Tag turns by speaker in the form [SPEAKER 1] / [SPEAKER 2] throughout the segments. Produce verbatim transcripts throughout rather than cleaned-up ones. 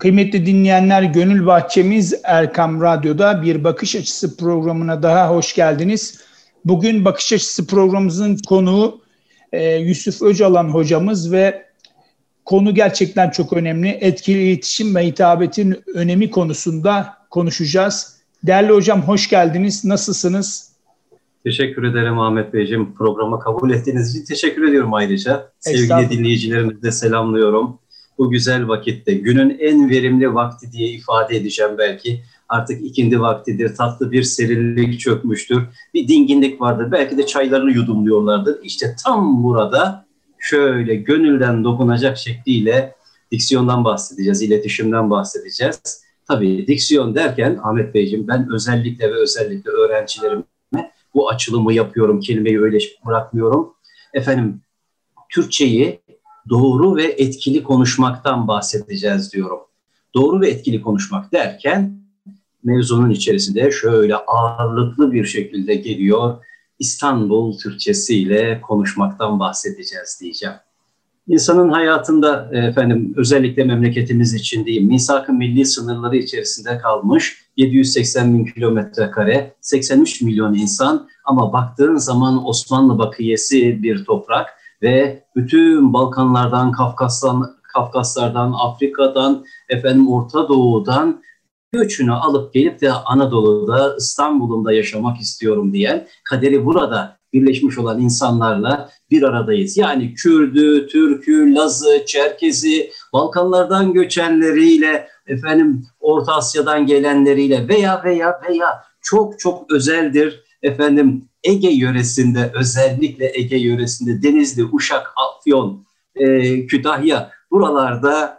[SPEAKER 1] Kıymetli dinleyenler, Gönül Bahçemiz Erkam Radyo'da Bir Bakış Açısı programına daha hoş geldiniz. Bugün Bakış Açısı programımızın konuğu e, Yusuf Öcalan hocamız ve konu gerçekten çok önemli. Etkili iletişim ve hitabetin önemi konusunda konuşacağız. Değerli hocam, hoş geldiniz. Nasılsınız?
[SPEAKER 2] Teşekkür ederim Ahmet Beyciğim. Programa kabul ettiğiniz için teşekkür ediyorum ayrıca. Sevgili dinleyicilerimizi de selamlıyorum. Bu güzel vakitte, günün en verimli vakti diye ifade edeceğim belki. Artık ikindi vaktidir, tatlı bir serinlik çökmüştür. Bir dinginlik vardır, belki de çaylarını yudumluyorlardır. İşte tam burada şöyle gönülden dokunacak şekliyle diksiyondan bahsedeceğiz, iletişimden bahsedeceğiz. Tabii diksiyon derken Ahmet Beyciğim, ben özellikle ve özellikle öğrencilerime bu açılımı yapıyorum, kelimeyi öyle bırakmıyorum. Efendim, Türkçeyi doğru ve etkili konuşmaktan bahsedeceğiz diyorum. Doğru ve etkili konuşmak derken mevzunun içerisinde şöyle ağırlıklı bir şekilde geliyor. İstanbul Türkçesiyle konuşmaktan bahsedeceğiz diyeceğim. İnsanın hayatında efendim özellikle memleketimiz için değil, misak-ı milli sınırları içerisinde kalmış yedi yüz seksen bin kilometre kare, seksen üç milyon insan, ama baktığın zaman Osmanlı bakiyesi bir toprak ve bütün Balkanlardan, Kafkaslardan, Kafkaslardan, Afrika'dan, efendim Orta Doğu'dan göçünü alıp gelip de Anadolu'da, İstanbul'da yaşamak istiyorum diyen, kaderi burada birleşmiş olan insanlarla bir aradayız. Yani Kürdü, Türk'ü, Laz'ı, Çerkez'i, Balkanlardan göçenleriyle, efendim Orta Asya'dan gelenleriyle veya veya veya çok çok özeldir efendim Ege yöresinde, özellikle Ege yöresinde Denizli, Uşak, Afyon, e, Kütahya, buralarda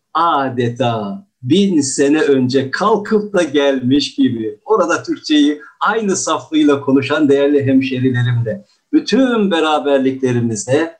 [SPEAKER 2] adeta bin sene önce kalkıp da gelmiş gibi orada Türkçeyi aynı saflığıyla konuşan değerli hemşerilerimle bütün beraberliklerimizde,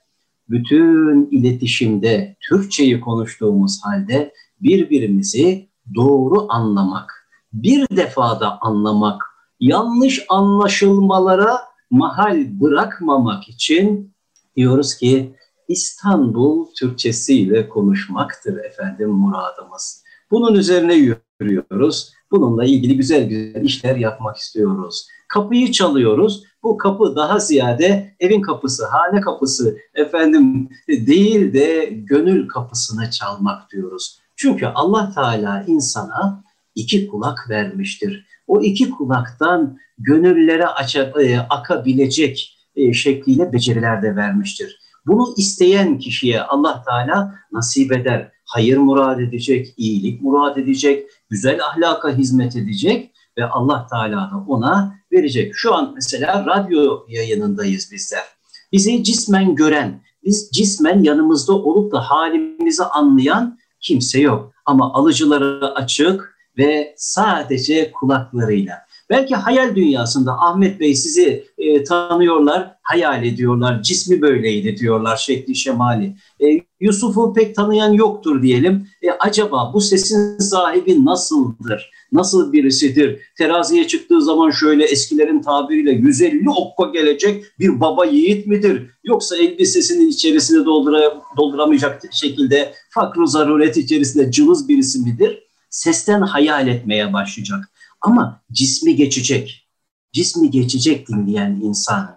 [SPEAKER 2] bütün iletişimde Türkçeyi konuştuğumuz halde birbirimizi doğru anlamak, bir defada anlamak, yanlış anlaşılmalara mahal bırakmamak için diyoruz ki İstanbul Türkçesiyle konuşmaktır efendim muradımız. Bunun üzerine yürüyoruz. Bununla ilgili güzel güzel işler yapmak istiyoruz. Kapıyı çalıyoruz. Bu kapı daha ziyade evin kapısı, hane kapısı efendim değil de gönül kapısını çalmak diyoruz. Çünkü Allah Teala insana iki kulak vermiştir. O iki kulaktan gönüllere açak, e, akabilecek e, şekliyle beceriler de vermiştir. Bunu isteyen kişiye Allah Teala nasip eder. Hayır murad edecek, iyilik murad edecek, güzel ahlaka hizmet edecek ve Allah Teala da ona verecek. Şu an mesela radyo yayınındayız bizler. Bizi cismen gören, biz cismen yanımızda olup da halimizi anlayan kimse yok. Ama alıcıları açık ve sadece kulaklarıyla. Belki hayal dünyasında Ahmet Bey sizi e, tanıyorlar, hayal ediyorlar, cismi böyleydi diyorlar, şekli şemali. E, Yusuf'u pek tanıyan yoktur diyelim. E, acaba bu sesin sahibi nasıldır? Nasıl birisidir? Teraziye çıktığı zaman şöyle eskilerin tabiriyle yüz elli okka gelecek bir baba yiğit midir? Yoksa elbisesinin içerisine doldura, dolduramayacak şekilde fakr-ı zaruret içerisinde cılız birisi midir? Sesten hayal etmeye başlayacak. Ama cismi geçecek, cismi geçecek dinleyen insan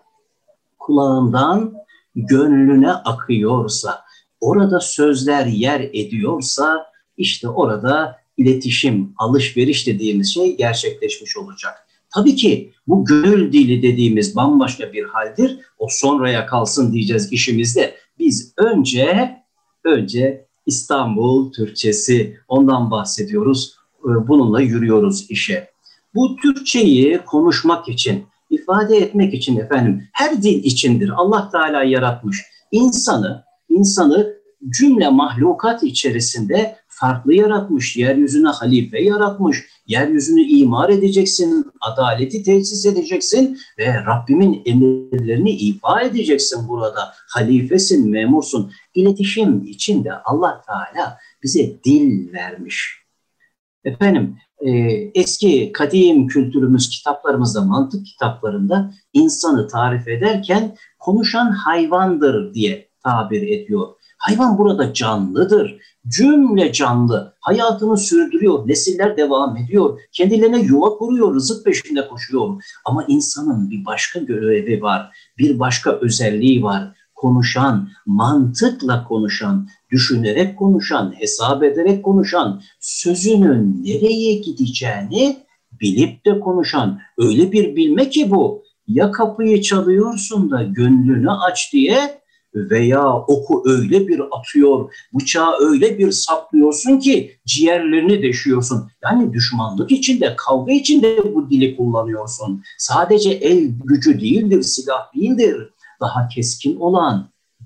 [SPEAKER 2] kulağından gönlüne akıyorsa, orada sözler yer ediyorsa, işte orada iletişim, alışveriş dediğimiz şey gerçekleşmiş olacak. Tabii ki bu gönül dili dediğimiz bambaşka bir haldir. O sonraya kalsın diyeceğiz işimizde. Biz önce, önce İstanbul Türkçesi, ondan bahsediyoruz. Bununla yürüyoruz işe. Bu Türkçeyi konuşmak için, ifade etmek için efendim, her dil içindir. Allah Teala yaratmış. İnsanı, insanı cümle mahlukat içerisinde farklı yaratmış. Yeryüzüne halife yaratmış. Yeryüzünü imar edeceksin, adaleti tesis edeceksin ve Rabbimin emirlerini ifa edeceksin burada. Halifesin, memursun. İletişim içinde Allah Teala bize dil vermiş. Efendim, e, eski kadim kültürümüz, kitaplarımızda, mantık kitaplarında insanı tarif ederken konuşan hayvandır diye tabir ediyor. Hayvan burada canlıdır. Cümle canlı. Hayatını sürdürüyor. Nesiller devam ediyor. Kendilerine yuva kuruyor. Rızık peşinde koşuyor. Ama insanın bir başka görevi var. Bir başka özelliği var. Konuşan, mantıkla konuşan, düşünerek konuşan, hesap ederek konuşan, sözünün nereye gideceğini bilip de konuşan. Öyle bir bilme ki bu. Ya kapıyı çalıyorsun da gönlünü aç diye, veya oku öyle bir atıyor, bıçağı öyle bir saplıyorsun ki ciğerlerini deşiyorsun. Yani düşmanlık içinde, kavga içinde bu dili kullanıyorsun. Sadece el gücü değildir, silah değildir. Daha keskin olan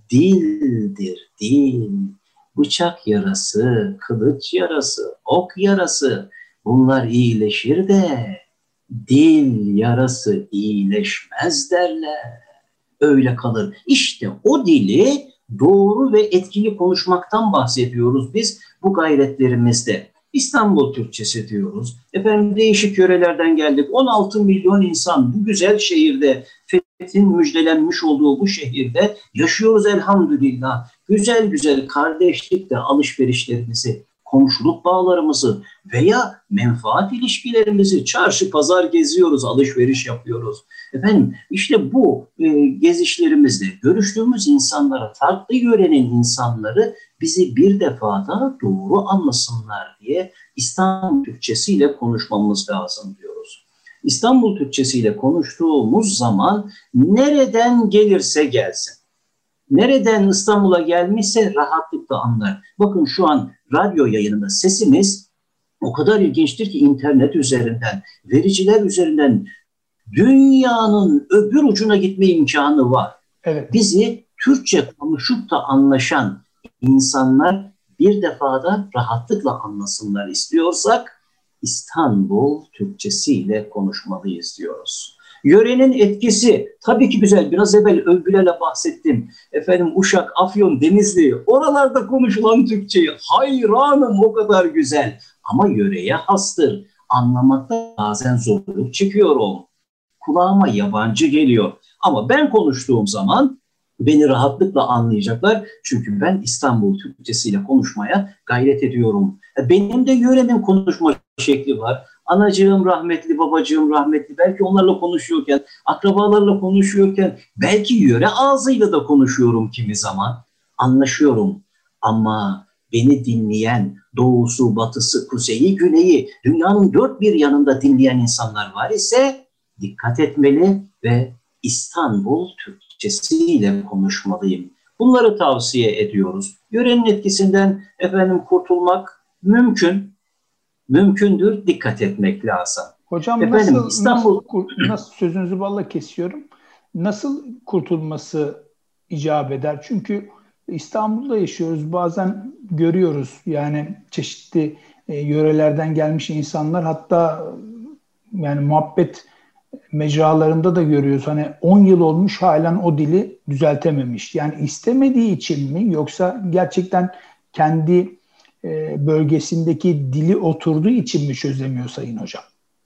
[SPEAKER 2] dildir, dil. Bıçak yarası, kılıç yarası, ok yarası, bunlar iyileşir de dil yarası iyileşmez derler. Öyle kalır. İşte o dili doğru ve etkili konuşmaktan bahsediyoruz biz bu gayretlerimizde. İstanbul Türkçesi diyoruz. Efendim değişik yörelerden geldik. on altı milyon insan bu güzel şehirde, fethin müjdelenmiş olduğu bu şehirde yaşıyoruz elhamdülillah. Güzel güzel kardeşlikle alışverişlerimizi, komşuluk bağlarımızı veya menfaat ilişkilerimizi, çarşı pazar geziyoruz, alışveriş yapıyoruz. Efendim işte bu e, gezişlerimizde görüştüğümüz insanlara, farklı yörenin insanları bizi bir defada doğru anlasınlar diye İstanbul Türkçesiyle konuşmamız lazım diyoruz. İstanbul Türkçesiyle konuştuğumuz zaman nereden gelirse gelsin, nereden İstanbul'a gelmişse rahatlıkla anlar. Bakın şu an radyo yayınında sesimiz o kadar ilginçtir ki internet üzerinden, vericiler üzerinden dünyanın öbür ucuna gitme imkanı var. Evet. Bizi Türkçe konuşup da anlaşan insanlar bir defada rahatlıkla anlasınlar istiyorsak İstanbul Türkçesiyle konuşmalıyız diyoruz. Yörenin etkisi tabii ki güzel. Biraz evvel övgülerle bahsettim. Efendim Uşak, Afyon, Denizli, oralarda konuşulan Türkçeyi hayranım, o kadar güzel. Ama yöreye hastır. Anlamakta bazen zorluk çekiyorum. Kulağıma yabancı geliyor. Ama ben konuştuğum zaman beni rahatlıkla anlayacaklar. Çünkü ben İstanbul Türkçesiyle konuşmaya gayret ediyorum. Benim de yöremin konuşma şekli var. Anacığım rahmetli, babacığım rahmetli. Belki onlarla konuşuyorken, akrabalarla konuşuyorken, belki yöre ağzıyla da konuşuyorum kimi zaman. Anlaşıyorum. Ama beni dinleyen, doğusu, batısı, kuzeyi, güneyi, dünyanın dört bir yanında dinleyen insanlar var ise dikkat etmeli ve İstanbul Türkçesiyle konuşmalıyım. Bunları tavsiye ediyoruz. Yörenin etkisinden efendim kurtulmak mümkün. Mümkündür. Dikkat etmek lazım.
[SPEAKER 1] Hocam efendim, nasıl, İstanbul... nasıl, nasıl sözünüzü balla kesiyorum. Nasıl kurtulması icap eder? Çünkü İstanbul'da yaşıyoruz. Bazen görüyoruz yani çeşitli e, yörelerden gelmiş insanlar, hatta yani muhabbet mecralarında da görüyoruz. Hani on yıl olmuş halen o dili düzeltememiş. Yani istemediği için mi, yoksa gerçekten kendi e, bölgesindeki dili oturduğu için mi çözemiyor Sayın Hocam?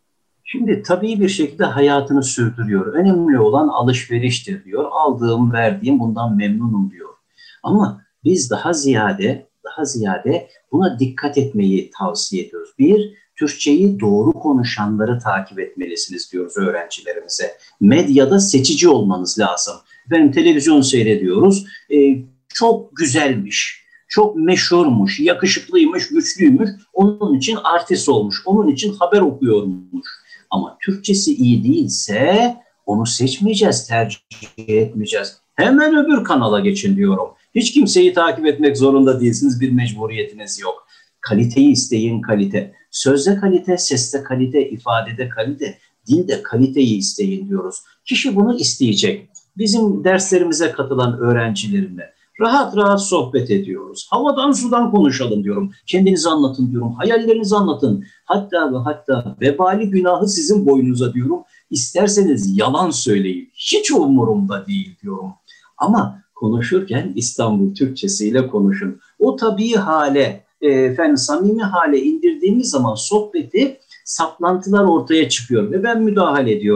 [SPEAKER 2] Şimdi tabii bir şekilde hayatını sürdürüyor. Önemli olan alışveriştir diyor. Aldığım, verdiğim, bundan memnunum diyor. Ama biz daha ziyade, daha ziyade buna dikkat etmeyi tavsiye ediyoruz. Bir, Türkçeyi doğru konuşanları takip etmelisiniz diyoruz öğrencilerimize. Medyada seçici olmanız lazım. Ben televizyon seyrediyoruz. Ee, çok güzelmiş, çok meşhurmuş, yakışıklıymış, güçlüymüş. Onun için artist olmuş, onun için haber okuyormuş. Ama Türkçesi iyi değilse onu seçmeyeceğiz, tercih etmeyeceğiz. Hemen öbür kanala geçin diyorum. Hiç kimseyi takip etmek zorunda değilsiniz, bir mecburiyetiniz yok. Kaliteyi isteyin, kalite. Sözde kalite, seste kalite, ifadede kalite, dilde kaliteyi isteyin diyoruz. Kişi bunu isteyecek. Bizim derslerimize katılan öğrencilerimle rahat rahat sohbet ediyoruz. Havadan sudan konuşalım diyorum. Kendinizi anlatın diyorum. Hayallerinizi anlatın. Hatta ve hatta vebali günahı sizin boynunuza diyorum. İsterseniz yalan söyleyin. Hiç umurumda değil diyorum. Ama konuşurken İstanbul Türkçesiyle konuşun. O tabii hale, efendim samimi hale indirdiğimiz zaman sohbeti, saplantılar ortaya çıkıyor ve ben müdahale ediyorum.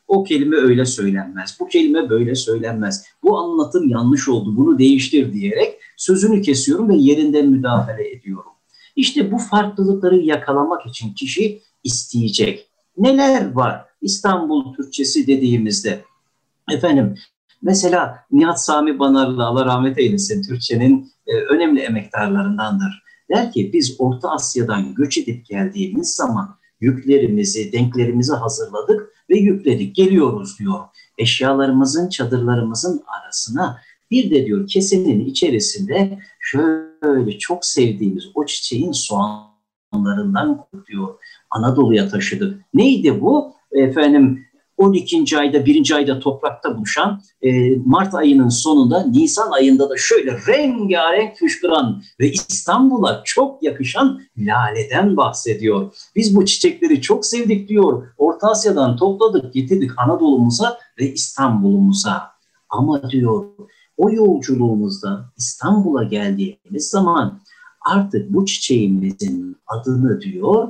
[SPEAKER 2] O kelime öyle söylenmez, bu kelime böyle söylenmez, bu anlatım yanlış oldu, bunu değiştir diyerek sözünü kesiyorum ve yerinden müdahale ediyorum. İşte bu farklılıkları yakalamak için kişi isteyecek. Neler var İstanbul Türkçesi dediğimizde? Efendim, mesela Nihat Sami Banarlı, Allah rahmet eylesin, Türkçenin e, önemli emektarlarındandır. Der ki biz Orta Asya'dan göç edip geldiğimiz zaman yüklerimizi, denklerimizi hazırladık ve yükledik, geliyoruz diyor. Eşyalarımızın, çadırlarımızın arasına bir de diyor kesenin içerisinde şöyle çok sevdiğimiz o çiçeğin soğanlarından diyor Anadolu'ya taşıdık. Neydi bu? Efendim, on ikinci ayda, birinci ayda toprakta buluşan, e, Mart ayının sonunda, Nisan ayında da şöyle rengarenk fışkıran ve İstanbul'a çok yakışan laleden bahsediyor. Biz bu çiçekleri çok sevdik diyor. Orta Asya'dan topladık, getirdik Anadolu'muza ve İstanbul'umuza. Ama diyor, o yolculuğumuzda İstanbul'a geldiğimiz zaman artık bu çiçeğimizin adını diyor,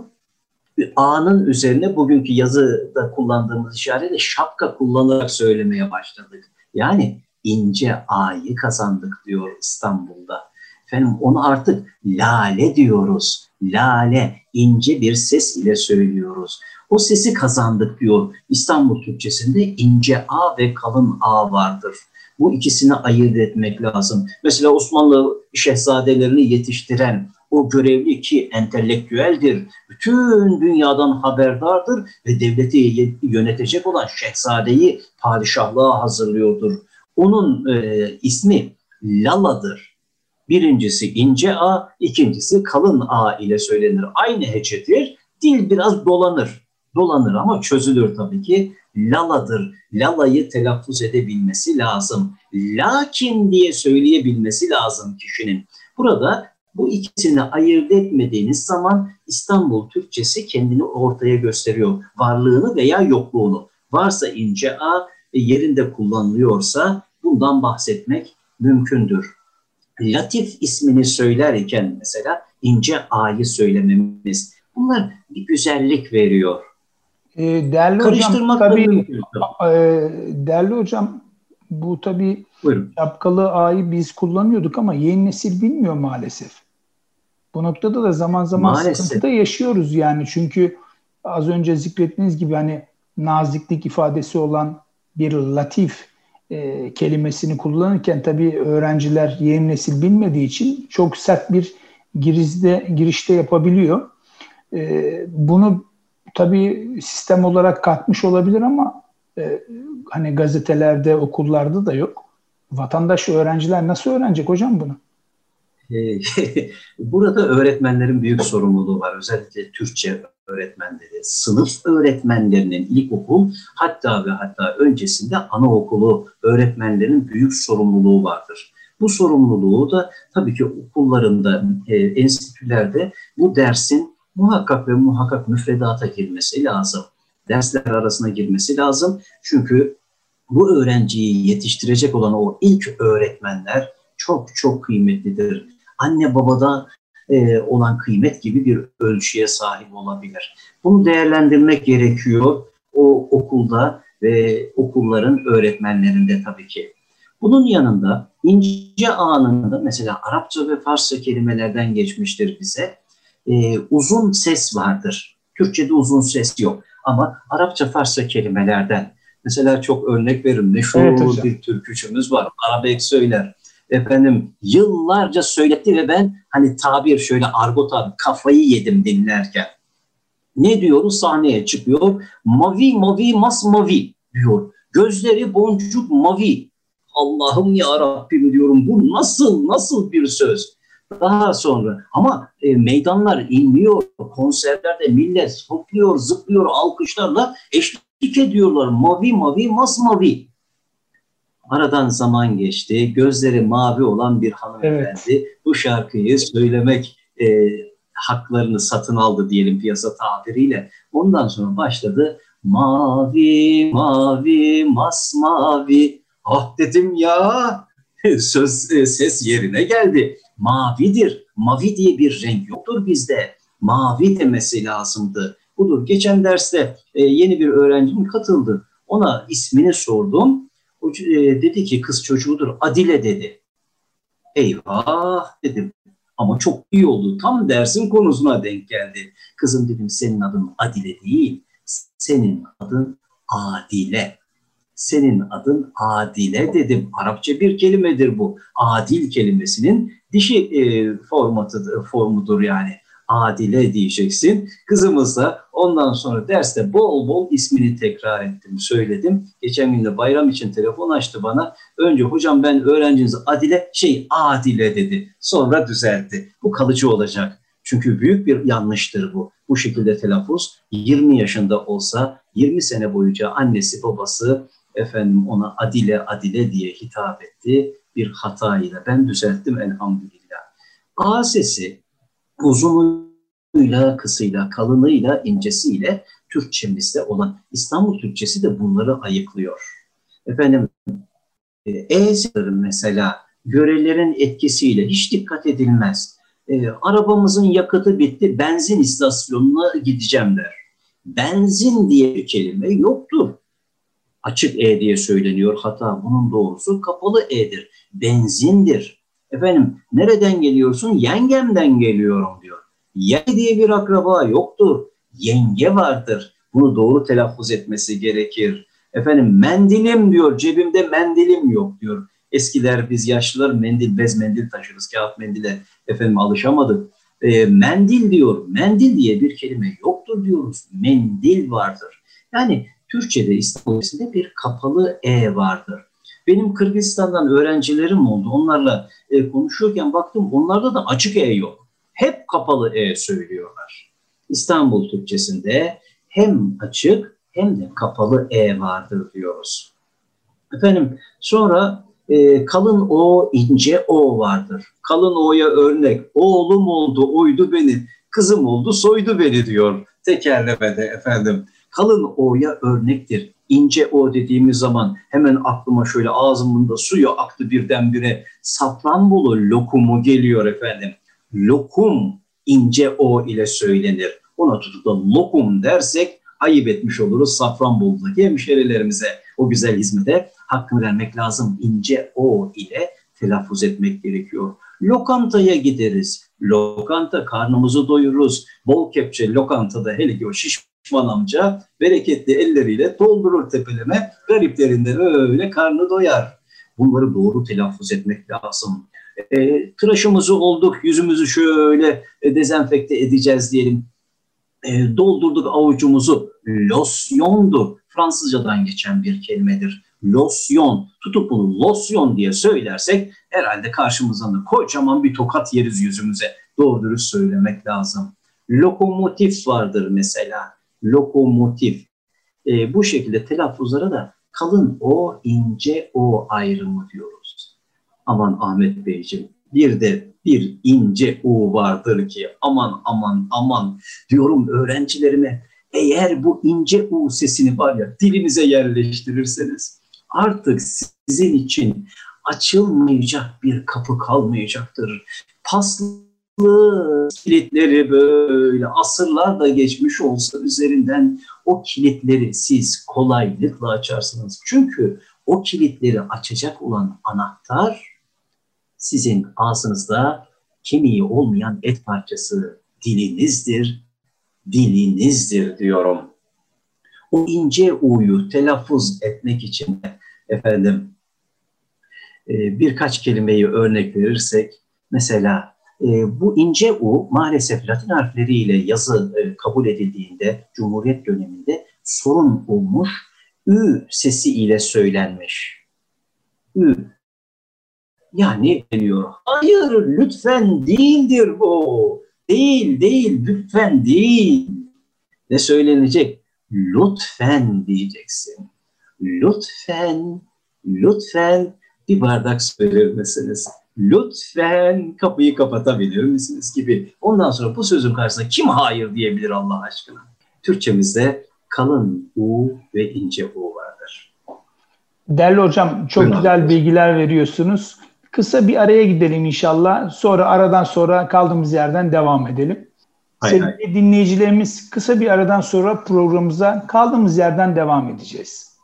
[SPEAKER 2] A'nın üzerine bugünkü yazıda kullandığımız işaretle şapka kullanarak söylemeye başladık. Yani ince A'yı kazandık diyor İstanbul'da. Efendim, onu artık lale diyoruz. Lale, ince bir ses ile söylüyoruz. O sesi kazandık diyor. İstanbul Türkçesinde ince A ve kalın A vardır. Bu ikisini ayırt etmek lazım. Mesela Osmanlı şehzadelerini yetiştiren o görevli ki entelektüeldir, bütün dünyadan haberdardır ve devleti yönetecek olan şehzadeyi padişahlığa hazırlıyordur. Onun e, ismi Lala'dır. Birincisi ince A, ikincisi kalın A ile söylenir. Aynı hecedir, dil biraz dolanır. Dolanır ama çözülür tabii ki. Lala'dır. Lala'yı telaffuz edebilmesi lazım. Lakin diye söyleyebilmesi lazım kişinin. Burada bu ikisini ayırt etmediğiniz zaman İstanbul Türkçesi kendini ortaya gösteriyor. Varlığını veya yokluğunu. Varsa ince A, yerinde kullanılıyorsa bundan bahsetmek mümkündür. Latif ismini söylerken mesela ince A'yı söylememiz. Bunlar bir güzellik veriyor.
[SPEAKER 1] E, değerli hocam, tabii, e, değerli hocam, bu tabii Buyurun. Şapkalı A'yı biz kullanıyorduk ama yeni nesil bilmiyor maalesef. Bu noktada da zaman zaman maalesef sıkıntı da yaşıyoruz yani. Çünkü az önce zikrettiğiniz gibi hani naziklik ifadesi olan bir latif e, kelimesini kullanırken tabii öğrenciler yeni nesil bilmediği için çok sert bir girizde, girişte yapabiliyor. E, bunu tabii sistem olarak katmış olabilir ama e, hani gazetelerde, okullarda da yok. Vatandaş, öğrenciler nasıl öğrenecek hocam bunu?
[SPEAKER 2] Burada öğretmenlerin büyük sorumluluğu var. Özellikle Türkçe öğretmenleri, sınıf öğretmenlerinin, ilkokul hatta ve hatta öncesinde anaokulu öğretmenlerin büyük sorumluluğu vardır. Bu sorumluluğu da tabii ki okullarında, e, enstitülerde bu dersin muhakkak ve muhakkak müfredata girmesi lazım. Dersler arasına girmesi lazım. Çünkü bu öğrenciyi yetiştirecek olan o ilk öğretmenler çok çok kıymetlidir. Anne babada e, olan kıymet gibi bir ölçüye sahip olabilir. Bunu değerlendirmek gerekiyor o okulda ve okulların öğretmenlerinde tabii ki. Bunun yanında ince anında mesela Arapça ve Farsça kelimelerden geçmiştir bize. E, uzun ses vardır. Türkçe'de uzun ses yok. Ama Arapça, Farsça kelimelerden. Mesela çok örnek veririm. Meşhur evet, bir türkücümüz var. Arabek söyler. Efendim yıllarca söyletti ve ben hani tabir şöyle argo tabir kafayı yedim dinlerken. Ne diyoruz? Sahneye çıkıyor. Mavi mavi masmavi diyor. Gözleri boncuk mavi. Allah'ım ya Rabbim diyorum. Bu nasıl nasıl bir söz? Daha sonra ama e, meydanlar inmiyor. Konserlerde millet hopluyor, zıplıyor, alkışlarla eşlik ediyorlar. Mavi mavi masmavi. Aradan zaman geçti. Gözleri mavi olan bir hanımefendi evet. bu şarkıyı söylemek e, haklarını satın aldı diyelim piyasa tabiriyle. Ondan sonra başladı. Mavi mavi masmavi. Ah dedim ya. Söz e, ses yerine geldi. Mavidir. Mavi diye bir renk yoktur bizde. Mavi demesi lazımdı. Budur. Geçen derste e, yeni bir öğrencim katıldı. Ona ismini sordum. O, e, dedi ki kız çocuğudur. Adile dedi. Eyvah dedim. Ama çok iyi oldu. Tam dersin konusuna denk geldi. Kızım dedim, senin adın Adile değil. Senin adın Adile. Senin adın Adile dedim. Arapça bir kelimedir bu. Adil kelimesinin dişi e, formatı, formudur yani. Adile diyeceksin. Kızımız da ondan sonra derste bol bol ismini tekrar ettim, söyledim. Geçen gün de bayram için telefon açtı bana. Önce hocam ben öğrenciniz Adile, şey Adile dedi. Sonra düzeltti. Bu kalıcı olacak. Çünkü büyük bir yanlıştır bu. Bu şekilde telaffuz yirmi yaşında olsa yirmi sene boyunca annesi babası efendim ona Adile Adile diye hitap etti. Bir hatayla ben düzelttim elhamdülillah. A sesi uzunuyla, kısıyla, kalınıyla, incesiyle Türkçemizde olan İstanbul Türkçesi de bunları ayıklıyor. Efendim E sesleri mesela görelerin etkisiyle hiç dikkat edilmez. E, arabamızın yakıtı bitti, benzin istasyonuna gideceğim der. Benzin diye bir kelime yoktur. Açık E diye söyleniyor. Hatta bunun doğrusu kapalı E'dir. Benzindir. Efendim nereden geliyorsun? Yengemden geliyorum diyor. Yenge diye bir akraba yoktur. Yenge vardır. Bunu doğru telaffuz etmesi gerekir. Efendim mendilim diyor. Cebimde mendilim yok diyor. Eskiler biz yaşlılar mendil, bez mendil taşırız. Kağıt mendile efendim alışamadık. E, mendil diyor. Mendil diye bir kelime yoktur diyoruz. Mendil vardır. Yani Türkçe'de İstanbul'da bir kapalı E vardır. Benim Kırgızistan'dan öğrencilerim oldu. Onlarla e, konuşurken baktım onlarda da açık E yok. Hep kapalı E söylüyorlar. İstanbul Türkçesinde hem açık hem de kapalı E vardır diyoruz. Efendim sonra e, kalın O, ince O vardır. Kalın O'ya örnek oğlum oldu, oydu beni, kızım oldu, soydu beni diyor tekerlemede efendim. Kalın O'ya örnektir. İnce O dediğimiz zaman hemen aklıma şöyle ağzımın da suyu aktı birdenbire. Safranbolu lokumu geliyor efendim. Lokum ince O ile söylenir. Ona tutup da lokum dersek ayıp etmiş oluruz Safranbolu'daki hemşerilerimize. O güzel hizmete hakkını vermek lazım. İnce O ile telaffuz etmek gerekiyor. Lokantaya gideriz. Lokanta karnımızı doyururuz. Bol kepçe lokantada hele ki o şişman amca bereketli elleriyle doldurur tepeleme. Gariplerinden öyle karnı doyar. Bunları doğru telaffuz etmek lazım. E, tıraşımızı olduk, yüzümüzü şöyle e, dezenfekte edeceğiz diyelim. E, doldurduk avucumuzu. Losyondu. Fransızcadan geçen bir kelimedir. Losyon. Tutup bunu losyon diye söylersek herhalde karşımızdan da kocaman bir tokat yeriz yüzümüze. Doğru dürüst söylemek lazım. Lokomotif vardır mesela. Lokomotif. E, bu şekilde telaffuzlara da kalın O, ince O ayrımı diyoruz. Aman Ahmet Beyciğim, bir de bir ince U vardır ki aman aman aman diyorum öğrencilerime, eğer bu ince U sesini var ya dilinize yerleştirirseniz artık sizin için açılmayacak bir kapı kalmayacaktır. Paslı kilitleri böyle asırlar da geçmiş olsa üzerinden o kilitleri siz kolaylıkla açarsınız. Çünkü o kilitleri açacak olan anahtar sizin ağzınızda kemiği olmayan et parçası dilinizdir, dilinizdir diyorum. O ince U'yu telaffuz etmek için efendim birkaç kelimeyi örnek verirsek, mesela bu ince U maalesef Latin harfleriyle yazı kabul edildiğinde Cumhuriyet döneminde sorun olmuş, Ü sesi ile söylenmiş. Ü. Yani deniyor. Hayır, lütfen değildir bu. Değil, değil, lütfen değil. Ne söylenecek? Lütfen diyeceksin. Lütfen, lütfen bir bardak su verir misiniz? Lütfen kapıyı kapatabilir misiniz gibi. Ondan sonra bu sözün karşısında kim hayır diyebilir Allah aşkına? Türkçemizde kalın U ve ince U vardır.
[SPEAKER 1] Değerli hocam, çok Buyurun güzel abi. bilgiler veriyorsunuz. Kısa bir araya gidelim inşallah. Sonra aradan sonra kaldığımız yerden devam edelim. Hay Sevgili hay. dinleyicilerimiz, kısa bir aradan sonra programımıza kaldığımız yerden devam edeceğiz.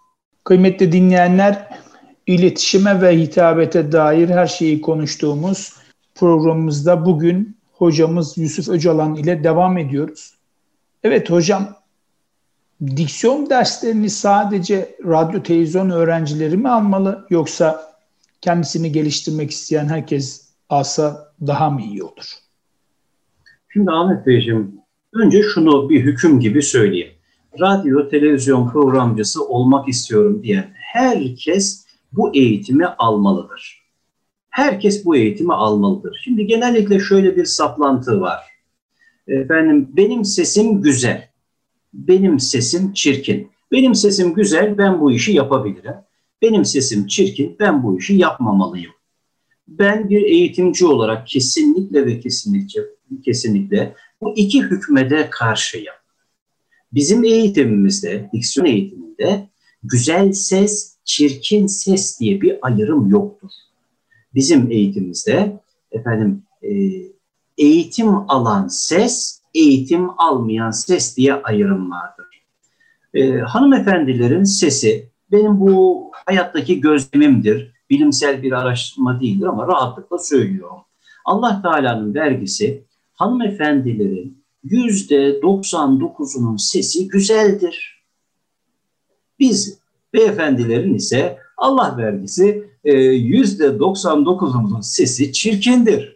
[SPEAKER 1] Kıymetli dinleyenler, iletişime ve hitabete dair her şeyi konuştuğumuz programımızda bugün hocamız Yusuf Öcalan ile devam ediyoruz. Evet hocam, diksiyon derslerini sadece radyo televizyon öğrencileri mi almalı, yoksa kendisini geliştirmek isteyen herkes alsa daha mı iyi olur?
[SPEAKER 2] Şimdi Ahmet Beyciğim, önce şunu bir hüküm gibi söyleyeyim. Radyo, televizyon programcısı olmak istiyorum diyen herkes bu eğitimi almalıdır. Herkes bu eğitimi almalıdır. Şimdi genellikle şöyle bir saplantı var. Efendim, benim sesim güzel, benim sesim çirkin. Benim sesim güzel, ben bu işi yapabilirim. Benim sesim çirkin, ben bu işi yapmamalıyım. Ben bir eğitimci olarak kesinlikle ve kesinlikle, kesinlikle bu iki hükme de karşıyım. Bizim eğitimimizde, diksiyon eğitiminde güzel ses, çirkin ses diye bir ayrım yoktur. Bizim eğitimimizde efendim e, eğitim alan ses, eğitim almayan ses diye ayrım vardır. E, hanımefendilerin sesi benim bu hayattaki gözlemimdir. Bilimsel bir araştırma değildir ama rahatlıkla söylüyorum. Allah Teala'nın vergisi, hanımefendilerin yüzde doksan dokuzunun sesi güzeldir. Biz beyefendilerin ise Allah vergisi yüzde doksan dokuzumuzun sesi çirkindir.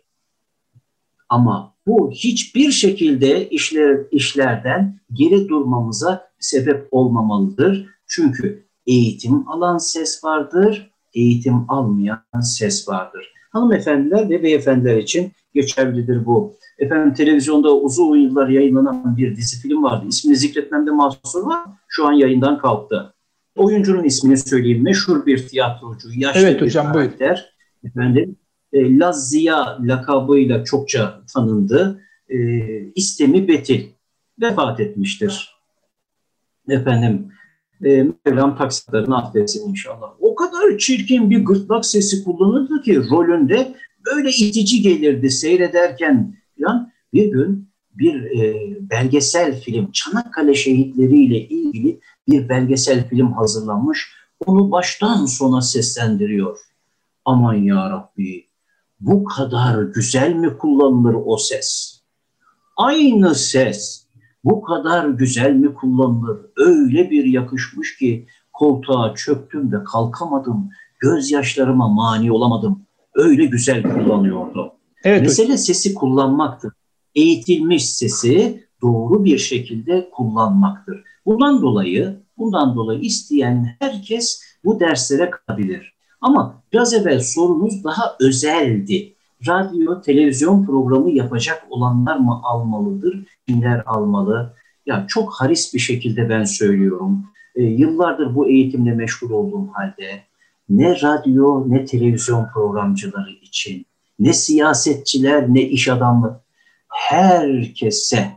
[SPEAKER 2] Ama bu hiçbir şekilde işler, işlerden geri durmamıza sebep olmamalıdır. Çünkü eğitim alan ses vardır, eğitim almayan ses vardır. Hanımefendiler ve beyefendiler için geçerlidir bu. Efendim, televizyonda uzun yıllar yayınlanan bir dizi film vardı. İsmini zikretmemde mahsur var. Şu an yayından kalktı. Oyuncunun ismini söyleyeyim. Meşhur bir tiyatrocu, yaşlı
[SPEAKER 1] evet,
[SPEAKER 2] bir
[SPEAKER 1] hocam,
[SPEAKER 2] karakter. Efendim, e, Laz Ziya lakabıyla çokça tanındı. E, İstemi Betil vefat etmiştir. Efendim, e, Mevlam taksitlerini affetsin inşallah. O kadar çirkin bir gırtlak sesi kullanırdı ki rolünde böyle itici gelirdi seyrederken. Yani bir gün bir e, belgesel film, Çanakkale şehitleriyle ilgili bir belgesel film hazırlanmış. Onu baştan sona seslendiriyor. Aman ya Rabbi, bu kadar güzel mi kullanılır o ses? Aynı ses bu kadar güzel mi kullanılır? Öyle bir yakışmış ki koltuğa çöktüm de kalkamadım. Gözyaşlarıma mani olamadım. Öyle güzel kullanıyordu. Evet, mesele hocam. Sesi kullanmaktır. Eğitilmiş sesi doğru bir şekilde kullanmaktır. Bundan dolayı, bundan dolayı isteyen herkes bu derslere katılabilir. Ama biraz evvel sorunuz daha özeldi. Radyo, televizyon programı yapacak olanlar mı almalıdır? Kimler almalı? Ya çok haris bir şekilde ben söylüyorum. E, yıllardır bu eğitimle meşgul olduğum halde ne radyo ne televizyon programcıları için, ne siyasetçiler ne iş adamları, herkese,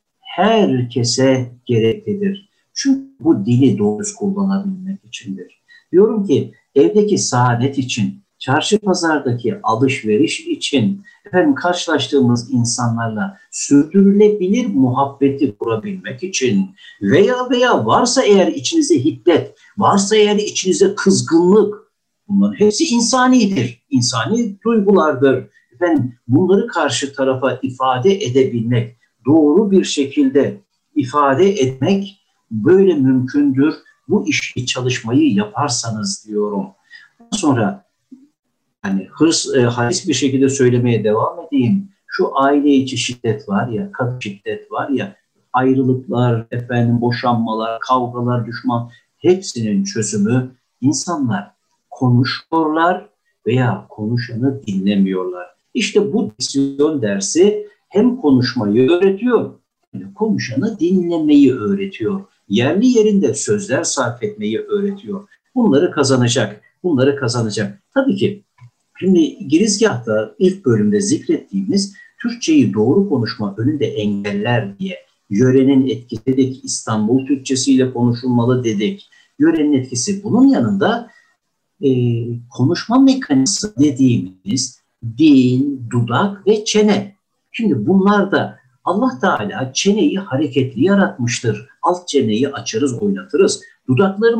[SPEAKER 2] herkese gereklidir. Çünkü bu dili doğru kullanabilmek içindir. Diyorum ki evdeki saadet için, çarşı pazardaki alışveriş için, efendim karşılaştığımız insanlarla sürdürülebilir muhabbeti kurabilmek için veya veya varsa eğer içinize hiddet, varsa eğer içinize kızgınlık, bunların hepsi insanidir, insani duygulardır. Efendim bunları karşı tarafa ifade edebilmek, doğru bir şekilde ifade etmek böyle mümkündür. Bu işi, çalışmayı yaparsanız diyorum. Sonra yani hırs, e, haris bir şekilde söylemeye devam edeyim. Şu aile içi şiddet var ya, kadın şiddet var ya, ayrılıklar, efendim boşanmalar, kavgalar, düşman, hepsinin çözümü insanlar konuşuyorlar veya konuşanı dinlemiyorlar. İşte bu diksiyon dersi hem konuşmayı öğretiyor, hem de konuşanı dinlemeyi öğretiyor. Yerli yerinde sözler sarf etmeyi öğretiyor. Bunları kazanacak, bunları kazanacak. Tabii ki şimdi girizgahta ilk bölümde zikrettiğimiz Türkçeyi doğru konuşma önünde engeller diye yörenin etkisi dedik, İstanbul Türkçesiyle konuşulmalı dedik. Yörenin etkisi, bunun yanında e, konuşma mekanizması dediğimiz dil, dudak ve çene. Şimdi bunlar da Allah Teala çeneyi hareketli yaratmıştır. Alt çeneyi açarız, oynatırız. Dudaklarımız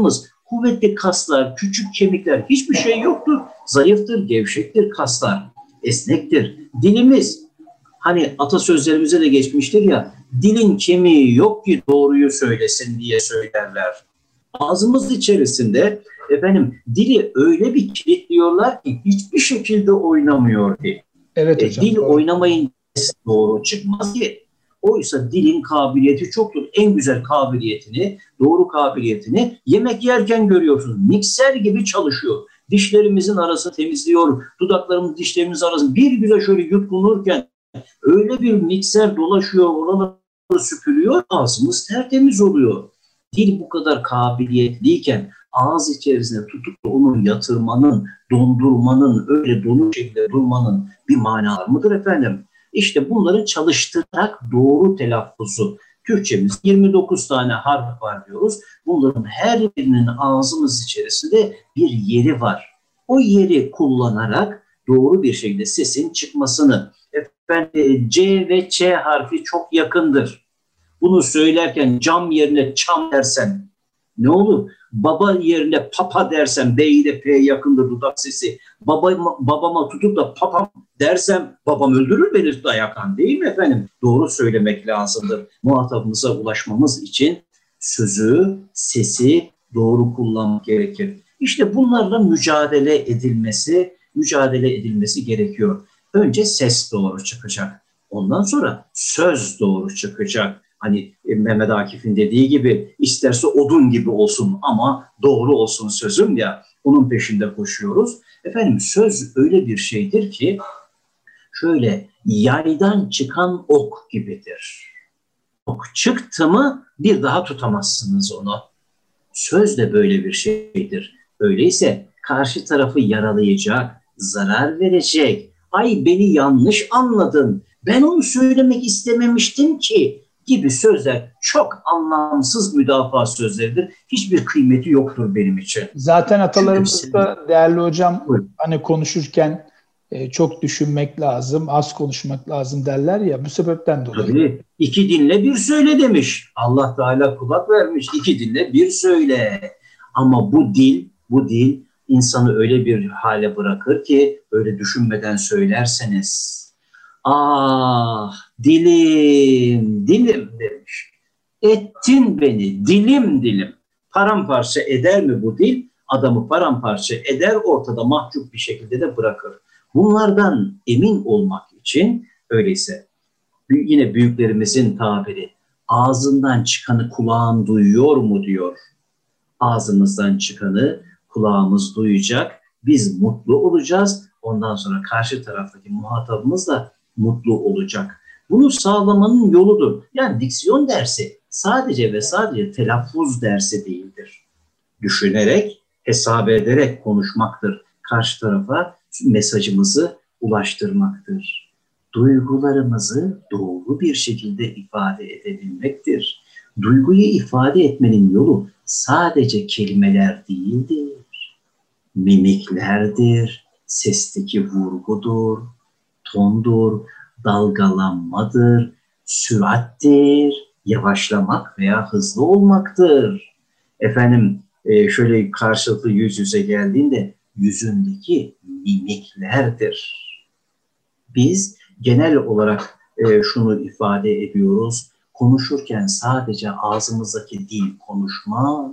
[SPEAKER 2] Kuvvetli kaslar, küçük kemikler, hiçbir şey yoktur. Zayıftır, gevşektir kaslar, esnektir. Dilimiz, hani atasözlerimize de geçmiştir ya, dilin kemiği yok ki doğruyu söylesin diye söylerler. Ağzımız içerisinde efendim dili öyle bir kilitliyorlar ki hiçbir şekilde oynamıyor dil.
[SPEAKER 1] Evet
[SPEAKER 2] e,
[SPEAKER 1] hocam.
[SPEAKER 2] Dil
[SPEAKER 1] doğru.
[SPEAKER 2] oynamayın doğru çıkmaz ki. Oysa dilin kabiliyeti çoktur. En güzel kabiliyetini, doğru kabiliyetini yemek yerken görüyorsunuz. Mikser gibi çalışıyor. Dişlerimizin arasını temizliyor. Dudaklarımız dişlerimiz arasını bir güzel şöyle yutkunurken öyle bir mikser dolaşıyor, oraları süpürüyor, ağzımız tertemiz oluyor. Dil bu kadar kabiliyetliyken ağız içerisine tutup da onu yatırmanın, dondurmanın, öyle donuk şekilde durmanın bir manası mıdır efendim? İşte bunları çalıştırarak doğru telaffuzu. Türkçemiz yirmi dokuz tane harf var diyoruz. Bunların her birinin ağzımız içerisinde bir yeri var. O yeri kullanarak doğru bir şekilde sesin çıkmasını. Efendim, C ve Ç harfi çok yakındır. Bunu söylerken cam yerine çam dersen ne olur? Baba yerine papa dersen, B ile P yakındır dudak sesi. Babama, babama tutup da papam dersem babam öldürür beni dayakan, değil mi efendim? Doğru söylemek lazımdır. Muhatabımıza ulaşmamız için sözü, sesi doğru kullanmak gerekir. İşte bunlarla mücadele edilmesi, mücadele edilmesi gerekiyor. Önce ses doğru çıkacak. Ondan sonra söz doğru çıkacak. Hani Mehmet Akif'in dediği gibi isterse odun gibi olsun ama doğru olsun sözüm ya, onun peşinde koşuyoruz. Efendim söz öyle bir şeydir ki şöyle yaydan çıkan ok gibidir. Ok çıktı mı bir daha tutamazsınız onu. Söz de böyle bir şeydir. Öyleyse karşı tarafı yaralayacak, zarar verecek. Ay beni yanlış anladın, ben onu söylemek istememiştim ki gibi sözler çok anlamsız müdafaa sözleridir. Hiçbir kıymeti yoktur benim için.
[SPEAKER 1] Zaten atalarımız da değerli hocam hani konuşurken e, çok düşünmek lazım, az konuşmak lazım derler ya, bu sebepten dolayı.
[SPEAKER 2] Tabii iki dinle bir söyle demiş. Allah Teala kulak vermiş. İki dinle bir söyle. Ama bu dil, bu dil insanı öyle bir hale bırakır ki öyle düşünmeden söylerseniz, ah dilim, dilim demiş. Ettin beni, dilim dilim. Paramparça eder mi bu dil? Adamı paramparça eder, ortada mahcup bir şekilde de bırakır. Bunlardan emin olmak için öyleyse yine büyüklerimizin tabiri, ağzından çıkanı kulağın duyuyor mu diyor. Ağzımızdan çıkanı kulağımız duyacak, biz mutlu olacağız. Ondan sonra karşı taraftaki muhatabımız da mutlu olacak. Bunu sağlamanın yoludur. Yani diksiyon dersi sadece ve sadece telaffuz dersi değildir. Düşünerek, hesap ederek konuşmaktır. Karşı tarafa mesajımızı ulaştırmaktır. Duygularımızı doğru bir şekilde ifade edebilmektir. Duyguyu ifade etmenin yolu sadece kelimeler değildir. Mimiklerdir, sesteki vurgudur, tondur, dalgalanmadır, sürattir, yavaşlamak veya hızlı olmaktır. Efendim e, şöyle karşılıklı yüz yüze geldiğinde yüzündeki mimiklerdir. Biz genel olarak e, şunu ifade ediyoruz, konuşurken sadece ağzımızdaki dil konuşmaz,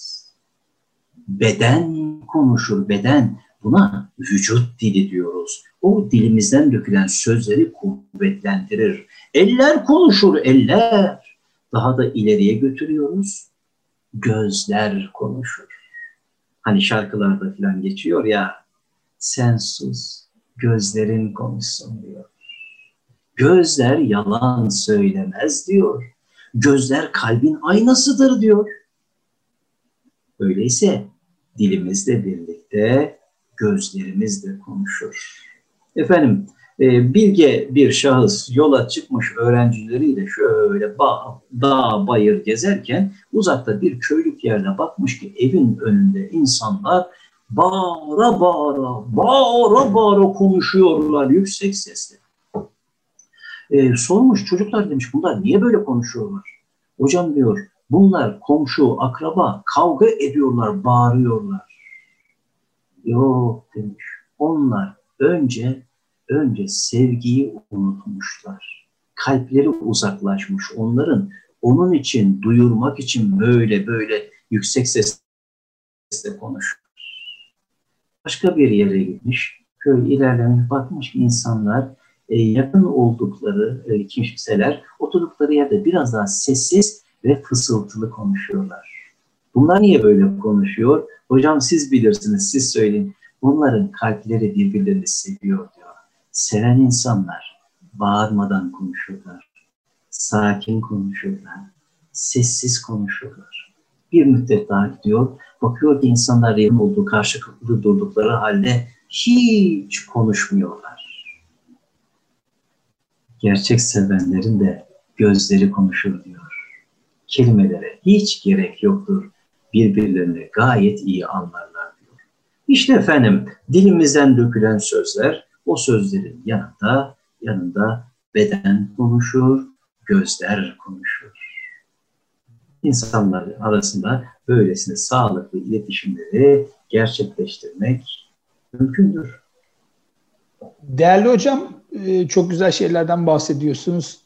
[SPEAKER 2] beden konuşur, beden. Buna vücut dili diyoruz. O dilimizden dökülen sözleri kuvvetlendirir. Eller konuşur, eller. Daha da ileriye götürüyoruz. Gözler konuşur. Hani şarkılarda falan geçiyor ya, sen sus, gözlerin konuşsun diyor. Gözler yalan söylemez diyor. Gözler kalbin aynasıdır diyor. Öyleyse dilimizle birlikte gözlerimiz de konuşur. Efendim, e, bilge bir şahıs yola çıkmış öğrencileriyle şöyle bağ, dağ bayır gezerken uzakta bir köylük yerde bakmış ki evin önünde insanlar bağıra bağıra, bağıra bağıra konuşuyorlar yüksek sesle. E, sormuş, çocuklar demiş, bunlar niye böyle konuşuyorlar? Hocam diyor, Bunlar komşu, akraba kavga ediyorlar, bağırıyorlar. Yok demiş. Onlar önce önce sevgiyi unutmuşlar. Kalpleri uzaklaşmış. Onların onun için duyurmak için böyle böyle yüksek sesle konuşuyor. Başka bir yere gitmiş. Köy ilerlemiş, bakmış ki insanlar e, yakın oldukları e, kimseler oturdukları yerde biraz daha sessiz ve fısıltılı konuşuyorlar. Bunlar niye böyle konuşuyor? Hocam siz bilirsiniz, siz söyleyin. Bunların kalpleri birbirlerini seviyor diyor. Seven insanlar bağırmadan konuşuyorlar. Sakin konuşuyorlar. Sessiz konuşuyorlar. Bir müddet daha gidiyor. Bakıyor ki insanlar yakın olduğu, karşılıklı durdukları halde hiç konuşmuyorlar. Gerçek sevenlerin de gözleri konuşur diyor. Kelimelere hiç gerek yoktur. Birbirlerini gayet iyi anlarlar diyor. İşte efendim dilimizden dökülen sözler, o sözlerin yanında, yanında beden konuşur, gözler konuşur. İnsanlar arasında böylesine sağlıklı iletişimleri gerçekleştirmek mümkündür.
[SPEAKER 1] Değerli hocam, çok güzel şeylerden bahsediyorsunuz.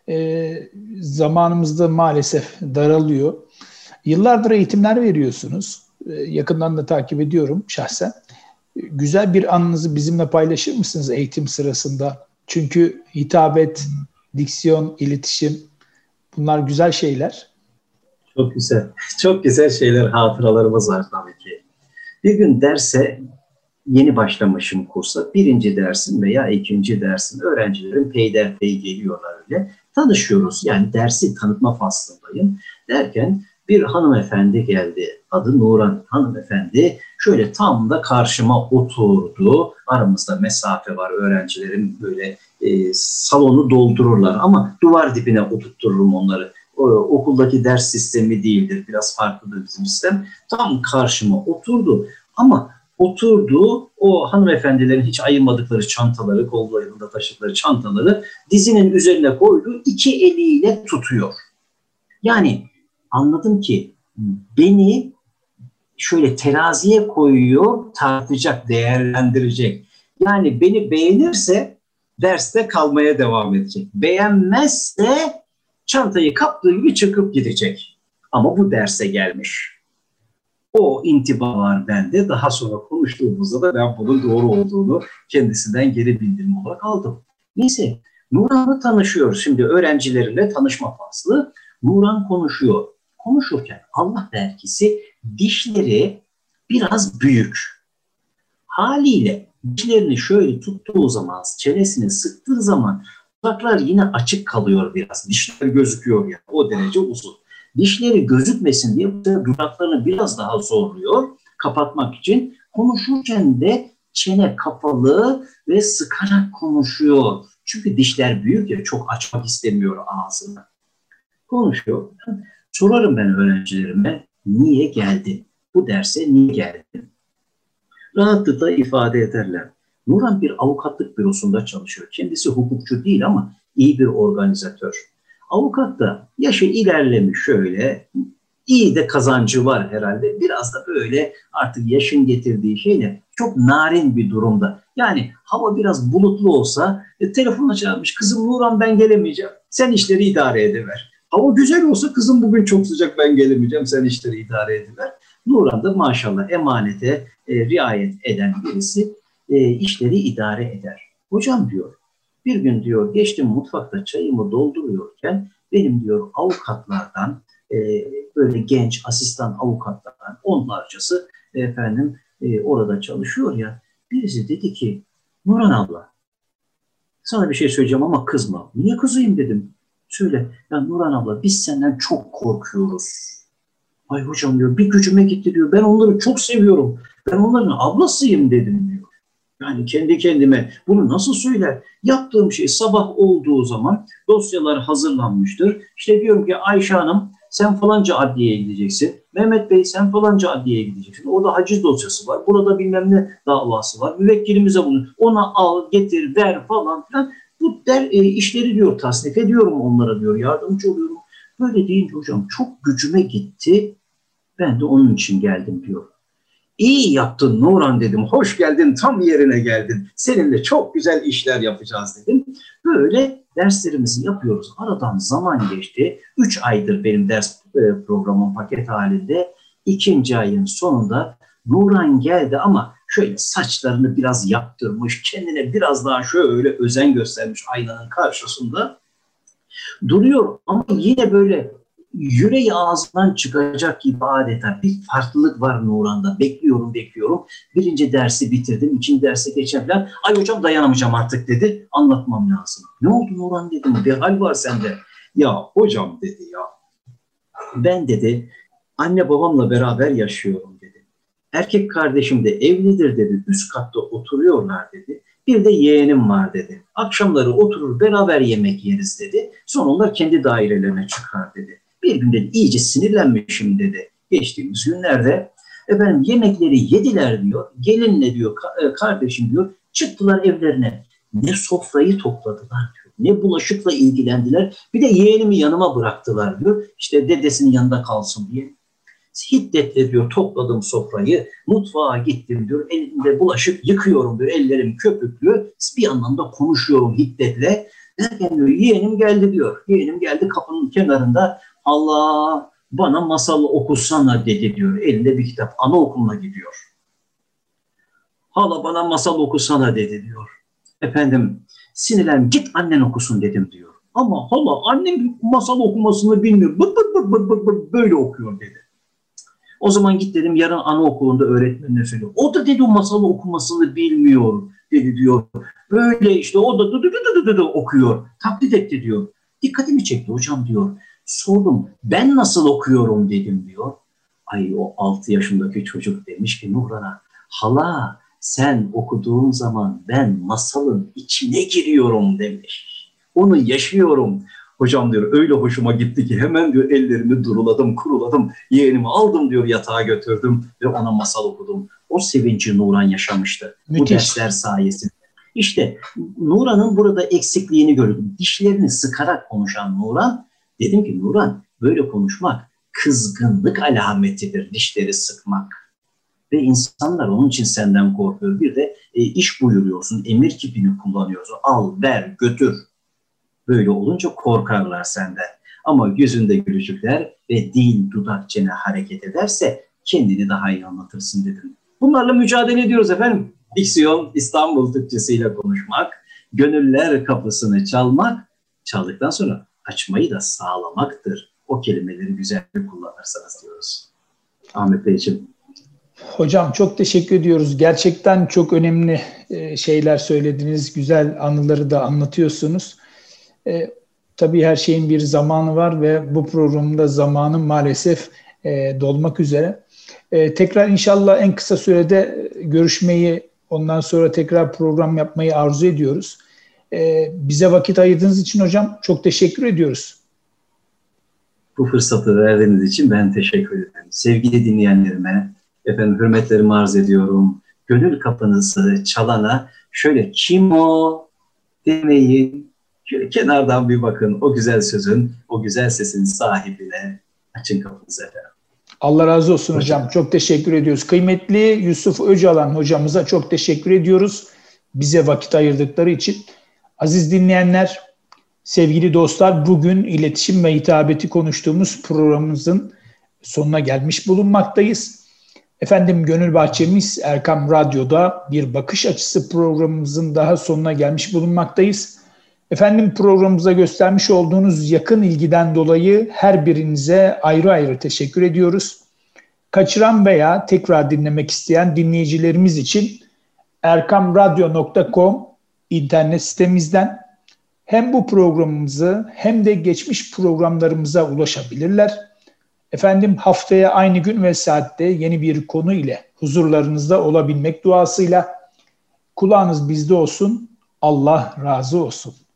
[SPEAKER 1] Zamanımızda maalesef daralıyor. Yıllardır eğitimler veriyorsunuz. Yakından da takip ediyorum şahsen. Güzel bir anınızı bizimle paylaşır mısınız eğitim sırasında? Çünkü hitabet, diksiyon, iletişim bunlar güzel şeyler.
[SPEAKER 2] Çok güzel. Çok güzel şeyler, hatıralarımız var tabii ki. Bir gün derse yeni başlamışım kursa. Birinci dersin veya ikinci dersin öğrencilerin peyderpey geliyorlar öyle. Tanışıyoruz. Yani dersi tanıtma faslındayım. Derken bir hanımefendi geldi. Adı Nuran hanımefendi. Şöyle tam da karşıma oturdu. Aramızda mesafe var. Öğrencilerin böyle e, salonu doldururlar. Ama duvar dibine oturttururum onları. O, okuldaki ders sistemi değildir. Biraz farklıdır bizim sistem. Tam karşıma oturdu. Ama oturduğu o hanımefendilerin hiç ayırmadıkları çantaları, kollarında taşıdıkları çantaları dizinin üzerine koydu. İki eliyle tutuyor. Yani anladım ki beni şöyle teraziye koyuyor, tartacak, değerlendirecek. Yani beni beğenirse derste kalmaya devam edecek. Beğenmezse çantayı kaptığı gibi çıkıp gidecek. Ama bu derse gelmiş. O intiba var bende. Daha sonra konuştuğumuzda da ben bunun doğru olduğunu kendisinden geri bildirim olarak aldım. Neyse, Nuran'la tanışıyor. Şimdi öğrencileriyle tanışma faslı. Nuran konuşuyor. Konuşurken Allah vergisi dişleri biraz büyük. Haliyle dişlerini şöyle tuttuğu zaman, çenesini sıktığı zaman dudaklar yine açık kalıyor biraz. Dişler gözüküyor ya, o derece uzun. Dişleri gözükmesin diye dudaklarını biraz daha zorluyor kapatmak için. Konuşurken de çene kapalı ve sıkarak konuşuyor. Çünkü dişler büyük ya, çok açmak istemiyor ağzını. Konuşuyor. Sorarım ben öğrencilerime, niye geldin? Bu derse niye geldin? Rahatlıkla ifade ederler. Nuran bir avukatlık bürosunda çalışıyor. Kendisi hukukçu değil ama iyi bir organizatör. Avukat da yaşı ilerlemiş şöyle, iyi de kazancı var herhalde. Biraz da böyle artık yaşın getirdiği şeyle çok narin bir durumda. Yani hava biraz bulutlu olsa e, telefon açarmış. Kızım Nuran ben gelemeyeceğim. Sen işleri idare ediver. Hava güzel olsa kızım bugün çok sıcak ben gelemeyeceğim. Sen işleri idare ediver. Nuran da maşallah emanete e, riayet eden birisi e, işleri idare eder. Hocam diyor, bir gün diyor geçtim mutfakta çayımı dolduruyorken benim diyor avukatlardan e, böyle genç asistan avukatlardan onlarcası e, efendim e, orada çalışıyor ya. Birisi dedi ki Nuran abla sana bir şey söyleyeceğim ama kızma. Niye kızayım dedim. Söyle ya Nuran abla biz senden çok korkuyoruz. Ay hocam diyor bir gücüme gitti diyor. Ben onları çok seviyorum. Ben onların ablasıyım dedim diyor. Yani kendi kendime bunu nasıl söyler? Yaptığım şey sabah olduğu zaman dosyalar hazırlanmıştır. İşte diyorum ki Ayşe Hanım sen falanca adliyeye gideceksin. Mehmet Bey sen falanca adliyeye gideceksin. Orada haciz dosyası var. Burada bilmem ne davası var. Müvekkilimize bunu ona al getir ver falan filan. Bu der, e, işleri diyor tasnif ediyorum onlara diyor. Yardımcı oluyorum. Böyle deyince hocam çok gücüme gitti. Ben de onun için geldim diyor. İyi yaptın Nuran dedim. Hoş geldin, tam yerine geldin. Seninle çok güzel işler yapacağız dedim. Böyle derslerimizi yapıyoruz. Aradan zaman geçti. Üç aydır benim ders programım paket halinde. İkinci ayın sonunda Nuran geldi ama şöyle saçlarını biraz yaptırmış, kendine biraz daha şöyle özen göstermiş aynanın karşısında. Duruyor ama yine böyle yüreği ağzından çıkacak gibi adeta bir farklılık var Nuran'da. Bekliyorum, bekliyorum. Birinci dersi bitirdim, ikinci derse geçeceğim falan. Ay hocam dayanamayacağım artık dedi. Anlatmam lazım. Ne oldu Nuran dedim. Bir hal var sende. Ya hocam dedi ya. Ben dedi anne babamla beraber yaşıyorum dedi. Erkek kardeşim de evlidir dedi. Üst katta oturuyorlar dedi. Bir de yeğenim var dedi. Akşamları oturur beraber yemek yeriz dedi. Sonra onlar kendi dairelerine çıkar dedi. Bir gün dedi iyice sinirlenmişim dedi. Geçtiğimiz günlerde efendim yemekleri yediler diyor. Gelinle diyor kardeşim diyor çıktılar evlerine. Ne sofrayı topladılar diyor. Ne bulaşıkla ilgilendiler. Bir de yeğenimi yanıma bıraktılar diyor. İşte dedesinin yanında kalsın diye. Hiddetle diyor topladım sofrayı, mutfağa gittim diyor, elimde bulaşık yıkıyorum diyor, ellerim köpüklü, bir yandan da konuşuyorum hiddetle. Derken diyor yeğenim geldi diyor, yeğenim geldi kapının kenarında, Allah bana masal okusana dedi diyor, elinde bir kitap, anaokuluna gidiyor. Hala bana masal okusana dedi diyor. Efendim sinirlendim, git annen okusun dedim diyor. Ama hala annem masal okumasını bilmiyor, bıt bıt bıt bıt bıt bıt böyle okuyor dedi. O zaman git dedim yarın anaokulunda öğretmenine söyle. O da dedi o masalı okumasını bilmiyor dedi diyor. Böyle işte o da dı dı dı dı dı okuyor. Taklit etti diyor. Dikkatimi çekti hocam diyor. Sordum ben nasıl okuyorum dedim diyor. Ay o altı yaşındaki çocuk demiş ki Nuran'a hala sen okuduğun zaman ben masalın içine giriyorum demiş. Onu yaşıyorum. Hocam diyor öyle hoşuma gitti ki hemen diyor ellerimi duruladım, kuruladım. Yeğenimi aldım diyor yatağa götürdüm ve ona masal okudum. O sevinci Nuran yaşamıştı. Müthiş. Bu dersler sayesinde. İşte Nuran'ın burada eksikliğini gördüm. Dişlerini sıkarak konuşan Nuran, dedim ki Nuran böyle konuşmak kızgınlık alametidir, dişleri sıkmak. Ve insanlar onun için senden korkuyor. Bir de e, iş buyuruyorsun, emir kipini kullanıyorsun. Al, ver, götür. Böyle olunca korkarlar senden. Ama yüzünde gülücükler ve dil dudak çene hareket ederse kendini daha iyi anlatırsın dedim. Bunlarla mücadele ediyoruz efendim. Diksiyon, İstanbul Türkçesiyle konuşmak, gönüller kapısını çalmak, çaldıktan sonra açmayı da sağlamaktır. O kelimeleri güzel kullanırsanız diyoruz. Ahmet Beyciğim.
[SPEAKER 1] Hocam çok teşekkür ediyoruz. Gerçekten çok önemli şeyler söylediniz. Güzel anıları da anlatıyorsunuz. E, tabii her şeyin bir zamanı var ve bu programda zamanın maalesef e, dolmak üzere. E, tekrar inşallah en kısa sürede görüşmeyi, ondan sonra tekrar program yapmayı arzu ediyoruz. E, bize vakit ayırdığınız için hocam çok teşekkür ediyoruz.
[SPEAKER 2] Bu fırsatı verdiğiniz için ben teşekkür ederim. Sevgili dinleyenlerime efendim hürmetlerimi arz ediyorum. Gönül kapınızı çalana şöyle kim o demeyin. Şöyle kenardan bir bakın o güzel sözün, o güzel sesin sahibine açın kapınızı efendim.
[SPEAKER 1] Allah razı olsun hocam. hocam. Çok teşekkür ediyoruz. Kıymetli Yusuf Öcalan hocamıza çok teşekkür ediyoruz. Bize vakit ayırdıkları için. Aziz dinleyenler, sevgili dostlar, bugün iletişim ve hitabeti konuştuğumuz programımızın sonuna gelmiş bulunmaktayız. Efendim Gönül Bahçemiz Erkam Radyo'da bir bakış açısı programımızın daha sonuna gelmiş bulunmaktayız. Efendim programımıza göstermiş olduğunuz yakın ilgiden dolayı her birinize ayrı ayrı teşekkür ediyoruz. Kaçıran veya tekrar dinlemek isteyen dinleyicilerimiz için erkam radyo nokta com internet sitemizden hem bu programımızı hem de geçmiş programlarımıza ulaşabilirler. Efendim haftaya aynı gün ve saatte yeni bir konu ile huzurlarınızda olabilmek duasıyla kulağınız bizde olsun, Allah razı olsun.